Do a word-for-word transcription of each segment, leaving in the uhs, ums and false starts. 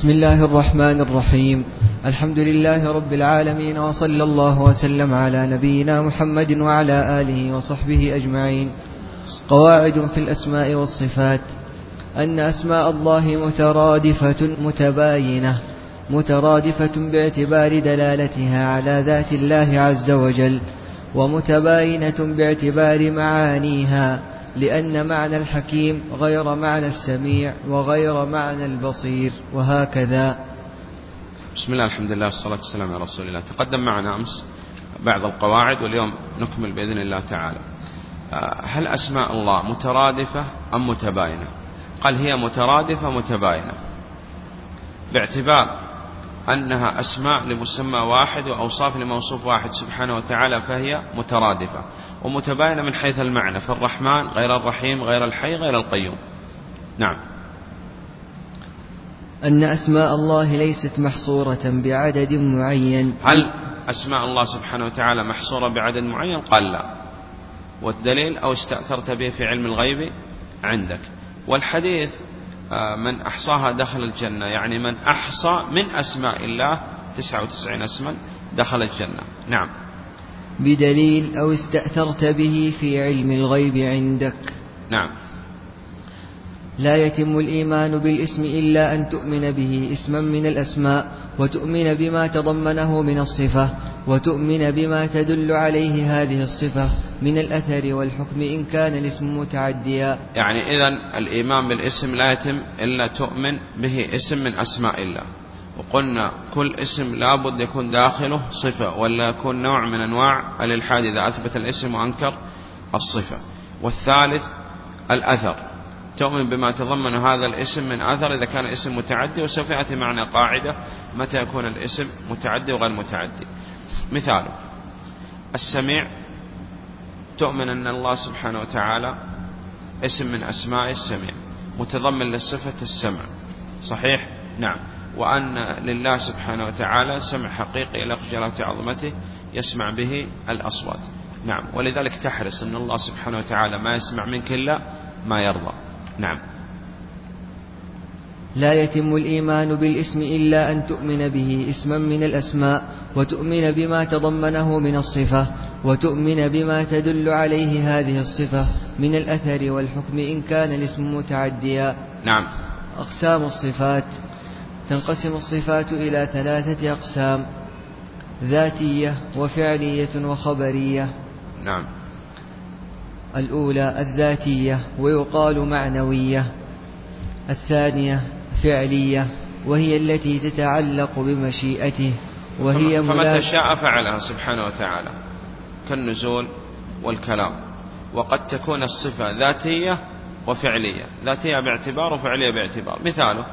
بسم الله الرحمن الرحيم. الحمد لله رب العالمين، وصلى الله وسلم على نبينا محمد وعلى آله وصحبه أجمعين. قواعد في الأسماء والصفات: أن أسماء الله مترادفة متباينة، مترادفة باعتبار دلالتها على ذات الله عز وجل، ومتباينة باعتبار معانيها، لأن معنى الحكيم غير معنى السميع وغير معنى البصير، وهكذا. بسم الله، الحمد لله، والصلاة والسلام على رسول الله. تقدم معنا أمس بعض القواعد، واليوم نكمل بإذن الله تعالى. هل أسماء الله مترادفة أم متباينة؟ قال هي مترادفة متباينة باعتبار أنها أسماء لمسمى واحد وأوصاف لموصوف واحد سبحانه وتعالى، فهي مترادفة، ومتباينة من حيث المعنى، فالرحمن غير الرحيم، غير الحي غير القيوم. نعم. أن أسماء الله ليست محصورة بعدد معين. هل أسماء الله سبحانه وتعالى محصورة بعدد معين؟ قال لا. والدليل: أو استأثرت به في علم الغيب عندك. والحديث: من أحصاها دخل الجنة، يعني من أحصى من أسماء الله تسعة وتسعين اسما دخل الجنة. نعم. بدليل: أو استأثرت به في علم الغيب عندك. نعم. لا يتم الإيمان بالاسم إلا أن تؤمن به اسما من الأسماء، وتؤمن بما تضمنه من الصفة، وتؤمن بما تدل عليه هذه الصفة من الأثر والحكم إن كان الاسم متعديا. يعني إذن الإيمان بالاسم لا يتم إلا تؤمن به اسم من أسماء الله. وقلنا كل اسم لابد يكون داخله صفة، ولا يكون نوع من أنواع الإلحاد إذا أثبت الاسم وأنكر الصفة. والثالث الأثر، تؤمن بما تضمن هذا الاسم من أثر إذا كان اسم متعدي، وسوف يأتي معنا قاعدة متى يكون الاسم متعدي وغير متعدي. مثال: السميع، تؤمن أن الله سبحانه وتعالى اسم من أسماء السميع متضمن للصفة السمع، صحيح؟ نعم. وأن لله سبحانه وتعالى سمع حقيقي يليق بجلاله عظمته يسمع به الأصوات. نعم. ولذلك تحرص أن الله سبحانه وتعالى ما يسمع منك إلا ما يرضى. نعم. لا يتم الإيمان بالاسم إلا أن تؤمن به اسما من الأسماء، وتؤمن بما تضمنه من الصفة، وتؤمن بما تدل عليه هذه الصفة من الأثر والحكم إن كان الاسم متعديا. نعم. أقسام الصفات: تنقسم الصفات إلى ثلاثة أقسام: ذاتية وفعلية وخبرية. نعم. الأولى الذاتية، ويقال معنوية. الثانية فعلية، وهي التي تتعلق بمشيئته، وهي فمتى شاء فعلها سبحانه وتعالى، كالنزول والكلام. وقد تكون الصفة ذاتية وفعلية، ذاتية باعتبار وفعلية باعتبار. مثاله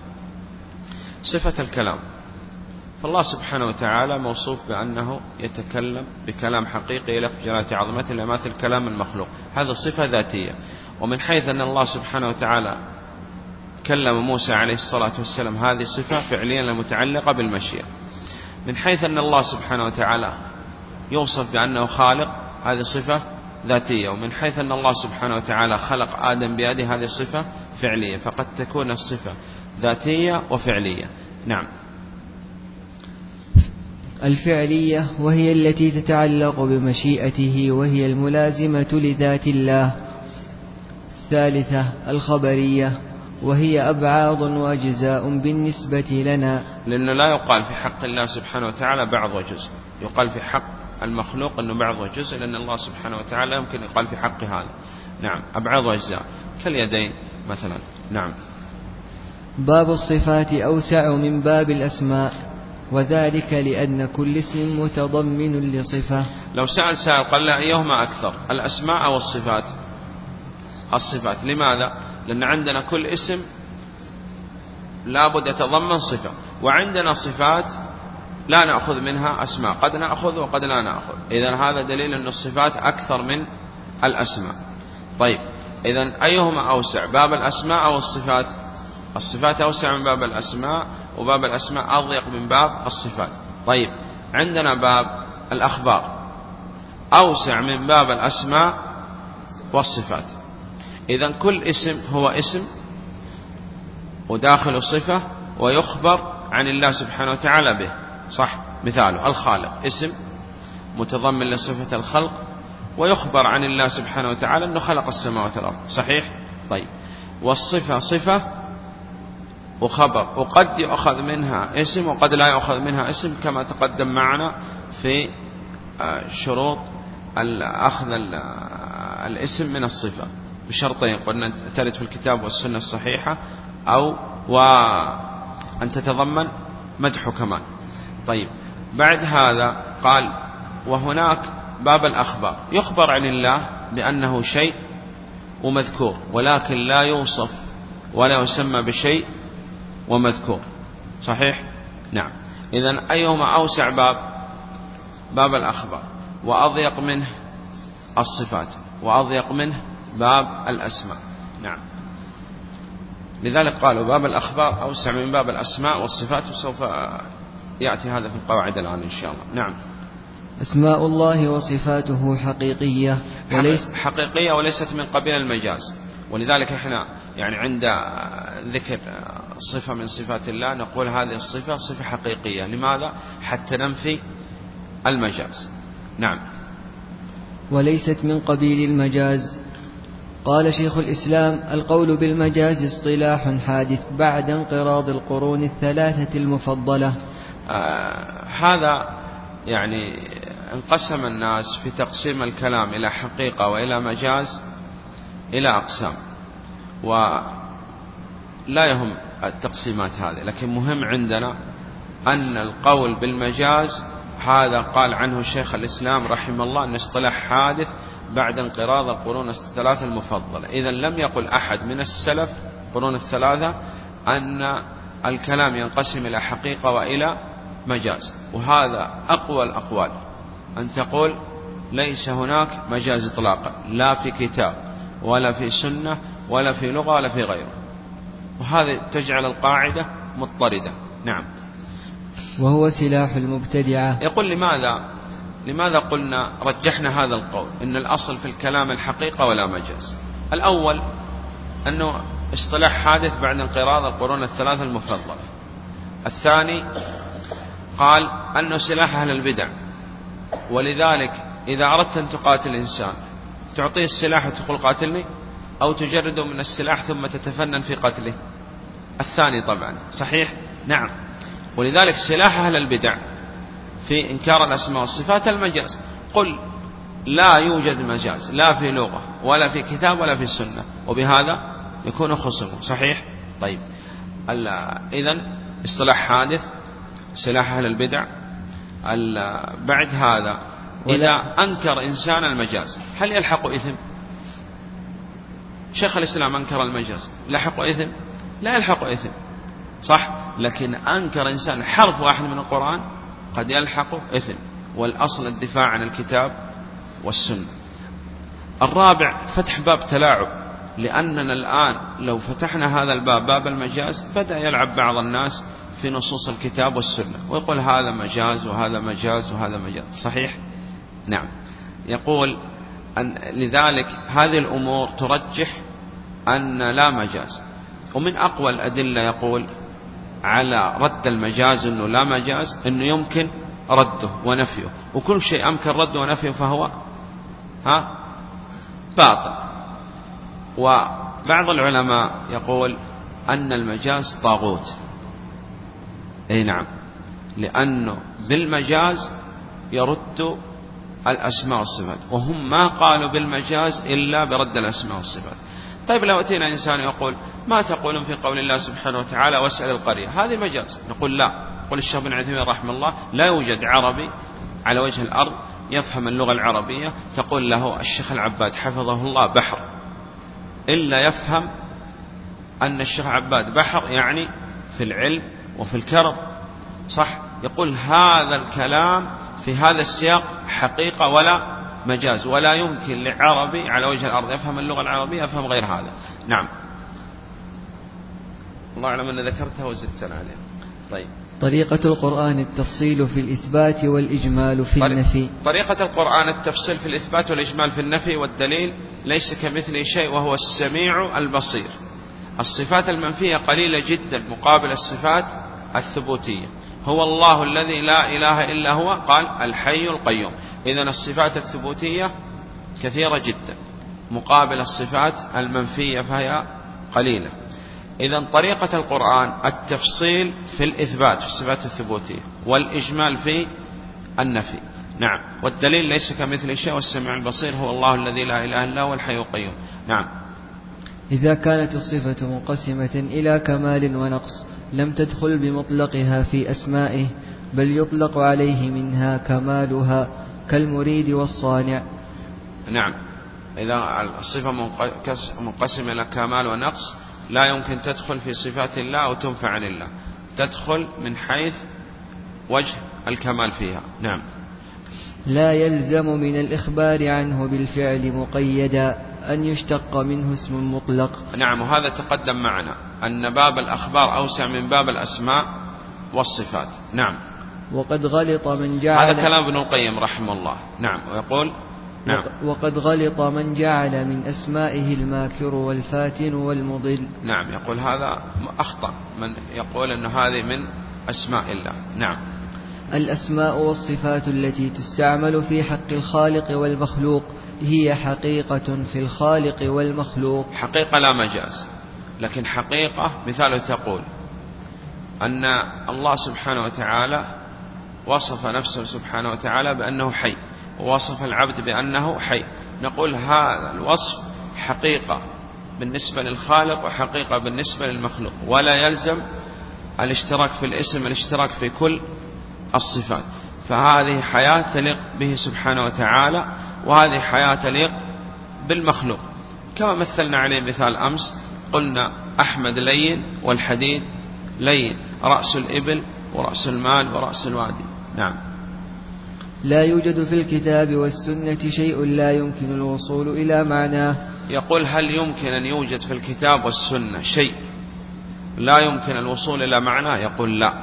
صفة الكلام، فالله سبحانه وتعالى موصوف بأنه يتكلم بكلام حقيقي يليق بجلالة عظمته لا يماثل كلام المخلوق، هذا صفة ذاتية. ومن حيث أن الله سبحانه وتعالى كلم موسى عليه الصلاة والسلام، هذه صفة فعليا متعلقة بالمشيئة. من حيث أن الله سبحانه وتعالى يوصف بأنه خالق، هذه صفة ذاتية. ومن حيث أن الله سبحانه وتعالى خلق آدم بيده، هذه صفة فعلية. فقد تكون الصفة ذاتية وفعلية. نعم. الفعلية وهي التي تتعلق بمشيئته، وهي الملازمة لذات الله. الثالثة الخبرية، وهي أبعاض وأجزاء بالنسبة لنا، لأنه لا يقال في حق الله سبحانه وتعالى بعض وجزء، يقال في حق المخلوق أنه بعض وجزء، لأن الله سبحانه وتعالى يمكن يقال في حق هذا. نعم. أبعاض وأجزاء كاليدين مثلا. نعم. باب الصفات أوسع من باب الأسماء، وذلك لأن كل اسم متضمن لصفة. لو سأل سائل قال لا أيهما أكثر، الأسماء أو الصفات؟ الصفات. لماذا؟ لأن عندنا كل اسم لابد يتضمن صفة، وعندنا صفات لا نأخذ منها أسماء، قد نأخذ وقد لا نأخذ. إذن هذا دليل أن الصفات أكثر من الأسماء. طيب، إذن أيهما أوسع، باب الأسماء أو الصفات؟ الصفات أوسع من باب الأسماء، وباب الأسماء أضيق من باب الصفات. طيب، عندنا باب الأخبار أوسع من باب الأسماء والصفات. إذن كل اسم هو اسم وداخل صفة، ويخبر عن الله سبحانه وتعالى به، صح؟ مثاله الخالق اسم متضمن لصفة الخلق، ويخبر عن الله سبحانه وتعالى أنه خلق السماوات والأرض، صحيح؟ طيب، والصفة صفة وخبر، وقد يأخذ منها اسم وقد لا يأخذ منها اسم، كما تقدم معنا في شروط أخذ الاسم من الصفة بشرطين، قلنا ترد في الكتاب والسنة الصحيحة، أو وأن تتضمن مدح كمان. طيب، بعد هذا قال وهناك باب الأخبار، يخبر عن الله بأنه شيء ومذكور، ولكن لا يوصف ولا يسمى بشيء ومذكور، صحيح؟ نعم. إذن أيهما أوسع باب؟ باب الأخبار، وأضيق منه الصفات، وأضيق منه باب الأسماء. نعم، لذلك قالوا باب الأخبار أوسع من باب الأسماء والصفات، وسوف يأتي هذا في القواعد الآن إن شاء الله. نعم. أسماء الله وصفاته حقيقية وليس حقيقية وليست من قبيل المجاز، ولذلك احنا يعني عند ذكر صفة من صفات الله نقول هذه الصفة صفة حقيقية. لماذا؟ حتى ننفي المجاز. نعم. وليست من قبيل المجاز. قال شيخ الإسلام: القول بالمجاز اصطلاح حادث بعد انقراض القرون الثلاثة المفضلة. آه هذا يعني انقسم الناس في تقسيم الكلام إلى حقيقة وإلى مجاز إلى أقسام، ولا يهم التقسيمات هذه، لكن مهم عندنا أن القول بالمجاز هذا قال عنه شيخ الإسلام رحمه الله أن اصطلاح حادث بعد انقراض القرون الثلاثة المفضلة. إذن لم يقل أحد من السلف قرون الثلاثة أن الكلام ينقسم إلى حقيقة وإلى مجاز، وهذا أقوى الأقوال، أن تقول ليس هناك مجاز إطلاقا، لا في كتاب ولا في سنة ولا في لغة ولا في غيره، وهذا تجعل القاعدة مضطردة. نعم. وهو سلاح المبتدعة. يقول لماذا لماذا قلنا رجحنا هذا القول إن الأصل في الكلام الحقيقة ولا مجاز؟ الأول أنه اصطلاح حادث بعد انقراض القرون الثلاثة المفضلة. الثاني قال أنه سلاح أهل البدع، ولذلك إذا أردت أن تقاتل إنسان تعطيه السلاح وتقول قاتلني، أو تجرده من السلاح ثم تتفنن في قتله؟ الثاني طبعا، صحيح؟ نعم. ولذلك سلاح أهل البدع في إنكار الأسماء والصفات المجاز. قل لا يوجد مجاز لا في لغة ولا في كتاب ولا في السنة، وبهذا يكون خصمه، صحيح؟ طيب، إذن اصطلاح حادث سلاح أهل البدع. بعد هذا إذا أنكر إنسان المجاز هل يلحق إثم؟ شيخ الإسلام أنكر المجاز، لحق إثم؟ لا يلحق إثم، صح؟ لكن أنكر إنسان حرف واحد من القرآن قد يلحق إثم، والأصل الدفاع عن الكتاب والسنة. الرابع فتح باب تلاعب، لأننا الآن لو فتحنا هذا الباب باب المجاز بدأ يلعب بعض الناس في نصوص الكتاب والسنة ويقول هذا مجاز وهذا مجاز وهذا مجاز، صحيح؟ نعم. يقول أن لذلك هذه الأمور ترجح أن لا مجاز. ومن أقوى الأدلة يقول على رد المجاز أنه لا مجاز أنه يمكن رده ونفيه، وكل شيء أمكن رده ونفيه فهو ها باطل. وبعض العلماء يقول أن المجاز طاغوت، أي نعم، لأنه بالمجاز يرد الأسماء والصفات، وهم ما قالوا بالمجاز إلا برد الأسماء والصفات. طيب لو أتينا إنسان يقول ما تقولون في قول الله سبحانه وتعالى واسأل القرية، هذه مجاز، نقول لا. قل الشيخ بن عثيمين رحمه الله لا يوجد عربي على وجه الأرض يفهم اللغة العربية تقول له الشيخ العباد حفظه الله بحر إلا يفهم أن الشيخ العباد بحر يعني في العلم وفي الكرم، صح؟ يقول هذا الكلام في هذا السياق حقيقة ولا مجاز، ولا يمكن لعربي على وجه الأرض يفهم اللغة العربية يفهم غير هذا. نعم. الله أعلم أن ذكرتها وزدتنا عليها. طيب، طريقة القرآن التفصيل في الإثبات والإجمال في النفي. طريقة القرآن التفصيل في الإثبات والإجمال في النفي، والدليل ليس كمثله شيء وهو السميع البصير. الصفات المنفية قليلة جدا مقابل الصفات الثبوتية. هو الله الذي لا إله إلا هو، قال الحي القيوم. إذن الصفات الثبوتية كثيرة جدا مقابل الصفات المنفية فهي قليلة. إذن طريقة القرآن التفصيل في الإثبات في الصفات الثبوتية والإجمال في النفي. نعم. والدليل ليس كمثل شيء والسميع البصير هو الله الذي لا إله إلا هو الحي القيوم. نعم. إذا كانت الصفة منقسمة إلى كمال ونقص لم تدخل بمطلقها في أسمائه، بل يطلق عليه منها كمالها كالمريد والصانع. نعم. إذا الصفة منقسمة إلى كمال ونقص لا يمكن تدخل في صفات الله أو تنفع عن الله، تدخل من حيث وجه الكمال فيها. نعم. لا يلزم من الإخبار عنه بالفعل مقيدا أن يشتق منه اسم مطلق. نعم. وهذا تقدم معنا أن باب الأخبار أوسع من باب الأسماء والصفات. نعم. وقد غلط من جعل، هذا كلام ابن القيم رحمه الله. نعم. ويقول نعم. وقد غلط من جعل من أسمائه الماكر والفاتن والمضل. نعم. يقول هذا أخطأ من يقول أن هذه من أسماء الله. نعم. الأسماء والصفات التي تستعمل في حق الخالق والمخلوق هي حقيقة في الخالق والمخلوق. حقيقة لا مجاز، لكن حقيقة مثال تقول أن الله سبحانه وتعالى وصف نفسه سبحانه وتعالى بأنه حي، ووصف العبد بأنه حي، نقول هذا الوصف حقيقة بالنسبة للخالق وحقيقة بالنسبة للمخلوق، ولا يلزم الاشتراك في الاسم الاشتراك في كل الصفات. فهذه حياة تليق به سبحانه وتعالى، وهذه حياة تليق بالمخلوق. كما مثلنا عليه مثال أمس، قلنا أحمد لين والحديد لين، رأس الإبل ورأس المال ورأس الوادي. نعم. لا يوجد في الكتاب والسنة شيء لا يمكن الوصول إلى معناه. يقول هل يمكن أن يوجد في الكتاب والسنة شيء لا يمكن الوصول إلى معناه؟ يقول لا،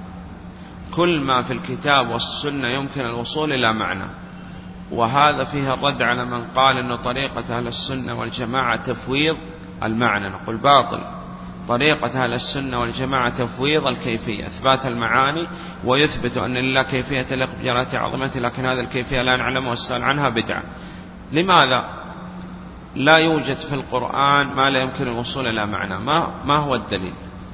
كل ما في الكتاب والسنة يمكن الوصول إلى معنى. وهذا فيها الرد على من قال أن طريقة أهل السنة والجماعة تفويض المعنى. نقول باطل، طريقة أهل السنة والجماعة تفويض الكيفية، إثبات المعاني، ويثبت أن لله كيفية تليق بجلالة عظمته، لكن هذه الكيفية لا نعلم والسؤال عنها بدعة. لماذا لا يوجد في القرآن ما لا يمكن الوصول إلى معنى؟ ما, ما هو الدليل؟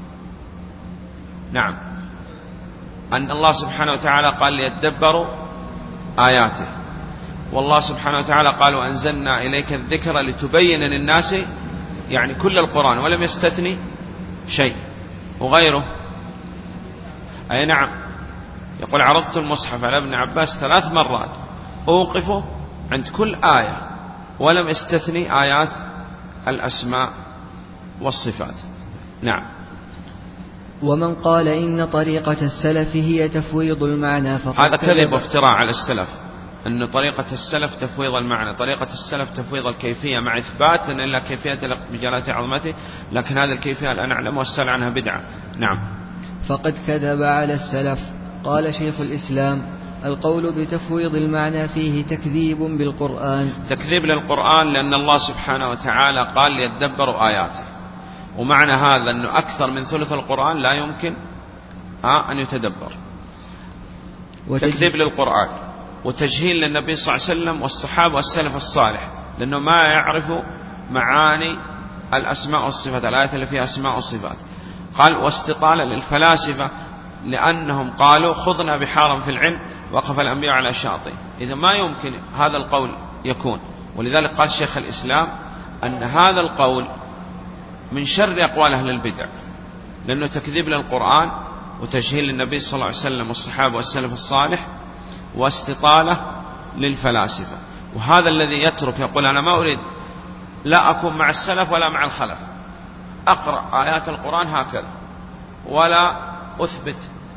نعم. أن الله سبحانه وتعالى قال ليتدبروا آياته، والله سبحانه وتعالى قال وأنزلنا إليك الذكر لتبين للناس، يعني كل القرآن ولم يستثني شيء. وغيره أي نعم. يقول عرضت المصحف على ابن عباس ثلاث مرات أوقفه عند كل آية ولم استثني آيات الأسماء والصفات. نعم. ومن قال إن طريقة السلف هي تفويض المعنى فقد هذا كذب وافتراء على السلف، أن طريقة السلف تفويض المعنى. طريقة السلف تفويض الكيفية مع إثبات أن إلا كيفية بجلالة عظمته، لكن هذه الكيفية لا نعلم والسؤال عنها بدعة. نعم. فقد كذب على السلف. قال شيخ الإسلام القول بتفويض المعنى فيه تكذيب بالقرآن. تكذيب للقرآن، لأن الله سبحانه وتعالى قال ليتدبروا آياته، ومعنى هذا أنه أكثر من ثلث القرآن لا يمكن أن يتدبر. تكذيب للقرآن وتجهيل للنبي صلى الله عليه وسلم والصحابة والسلف الصالح، لأنه ما يعرفوا معاني الأسماء والصفات، الآيات اللي فيها أسماء والصفات. قال واستطالة للفلاسفة، لأنهم قالوا خذنا بحارا في العلم وقف الأنبياء على الشاطئ. إذا ما يمكن هذا القول يكون، ولذلك قال شيخ الإسلام أن هذا القول من شر أقوال أهل البدع، لأنه تكذيب للقرآن وتجهيل للنبي صلى الله عليه وسلم والصحابة والسلف الصالح واستطالة للفلاسفة. وهذا الذي يترك يقول أنا ما أريد لا أكون مع السلف ولا مع الخلف، أقرأ آيات القرآن هكذا ولا أثبت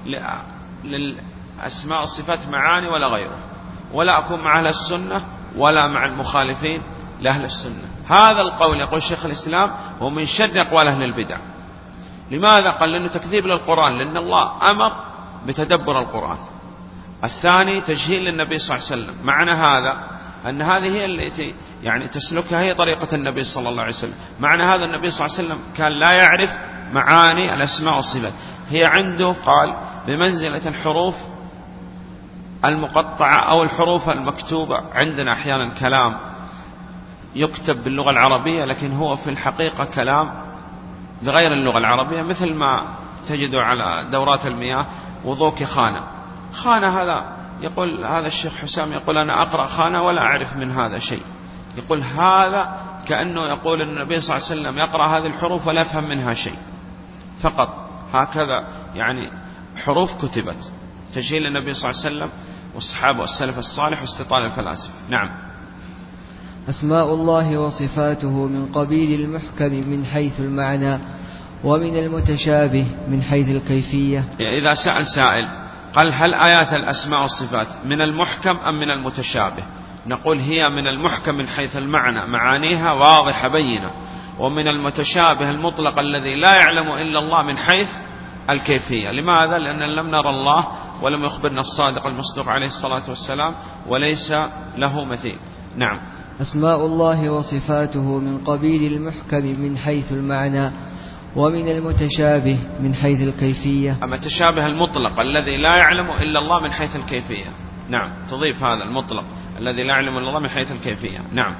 للأسماء والصفات معاني ولا غيره، ولا أكون مع أهل السنة ولا مع المخالفين لأهل السنة. هذا القول يقول شيخ الإسلام هو من شر أقوال أهل البدع. لماذا؟ قال لأنه تكذيب للقرآن، لأن الله أمر بتدبر القرآن. الثاني تجهيل للنبي صلى الله عليه وسلم. معنى هذا أن هذه هي التي يعني تسلكها هي طريقة النبي صلى الله عليه وسلم. معنى هذا النبي صلى الله عليه وسلم كان لا يعرف معاني الأسماء والصفات، هي عنده قال بمنزلة الحروف المقطعة أو الحروف المكتوبة. عندنا أحيانا كلام يكتب باللغة العربية لكن هو في الحقيقة كلام بغير اللغة العربية، مثل ما تجد على دورات المياه وضوك خانة. خانة هذا يقول هذا الشيخ حسام يقول أنا أقرأ خانة ولا أعرف من هذا شيء، يقول هذا كأنه يقول النبي صلى الله عليه وسلم يقرأ هذه الحروف ولا يفهم منها شيء فقط. هكذا يعني حروف كتبت تجهيل النبي صلى الله عليه وسلم والصحابة والسلف الصالح واستطال الفلاسفة. نعم. أسماء الله وصفاته من قبيل المحكم من حيث المعنى ومن المتشابه من حيث الكيفية. إذا سأل سائل قال هل آيات الأسماء والصفات من المحكم أم من المتشابه؟ نقول هي من المحكم من حيث المعنى، معانيها واضحة بينة، ومن المتشابه المطلق الذي لا يعلم إلا الله من حيث الكيفية. لماذا؟ لأن لم نرى الله ولم يخبرنا الصادق المصدوق عليه الصلاة والسلام وليس له مثيل. نعم. أسماء الله وصفاته من قبيل المحكم من حيث المعنى ومن المتشابه من حيث الكيفية. أما التشابه المطلق الذي لا يعلم إلا الله من حيث الكيفية. نعم، تضيف هذا المطلق الذي لا يعلم إلا الله من حيث الكيفية. نعم.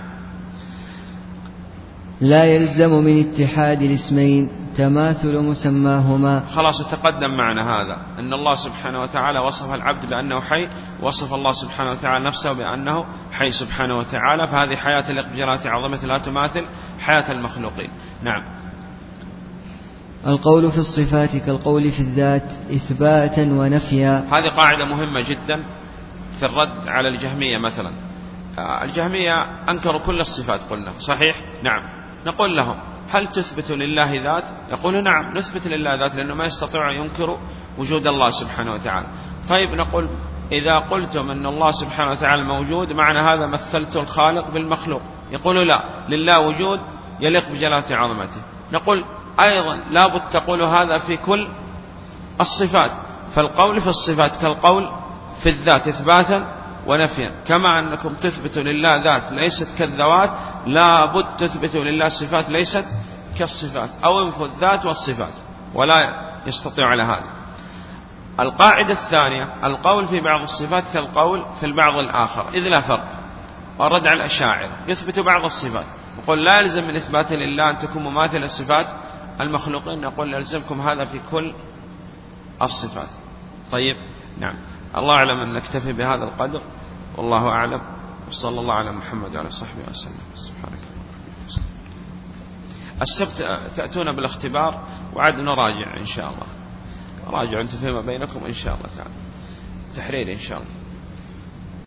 لا يلزم من اتحاد الاسمين تماثل مسماهما. خلاص تقدم معنا هذا أن الله سبحانه وتعالى وصف العبد بأنه حي، وصف الله سبحانه وتعالى نفسه بأنه حي سبحانه وتعالى، فهذه حياة الإقبالات عظمة لا تماثل حياة المخلوقين. نعم. القول في الصفات كالقول في الذات إثباتا ونفيا. هذه قاعدة مهمة جدا في الرد على الجهمية. مثلا الجهمية أنكروا كل الصفات قلنا صحيح؟ نعم. نقول لهم هل تثبت لله ذات؟ يقولوا نعم نثبت لله ذات لأنه ما يستطيع ينكر وجود الله سبحانه وتعالى. طيب نقول إذا قلتم أن الله سبحانه وتعالى موجود معنى هذا مثلت الخالق بالمخلوق. يقولوا لا، لله وجود يليق بجلالة عظمته. نقول أيضا لابد تقول هذا في كل الصفات، فالقول في الصفات كالقول في الذات إثباتا ونفيا، كما أنكم تثبتوا لله ذات ليست كالذوات لابد تثبتوا لله صفات ليست كالصفات، أو انفوا الذات والصفات، ولا يستطيع على هذا. القاعدة الثانية القول في بعض الصفات كالقول في البعض الآخر، إذ لا فرق. ورد على الأشاعرة يثبت بعض الصفات وقل لا يلزم من إثبات لله أن تكون مماثلة صفات المخلوقين، نقول يلزمكم هذا في كل الصفات. طيب نعم. الله أعلم أن نكتفي بهذا القدر، والله أعلم، وصلى الله على محمد وعلى صحبه وسلم. سبحانك اللهم. السبت تأتون بالاختبار وعد نراجع إن شاء الله، راجعوا أنتم فيما بينكم إن شاء الله تعالى، تحرير إن شاء الله.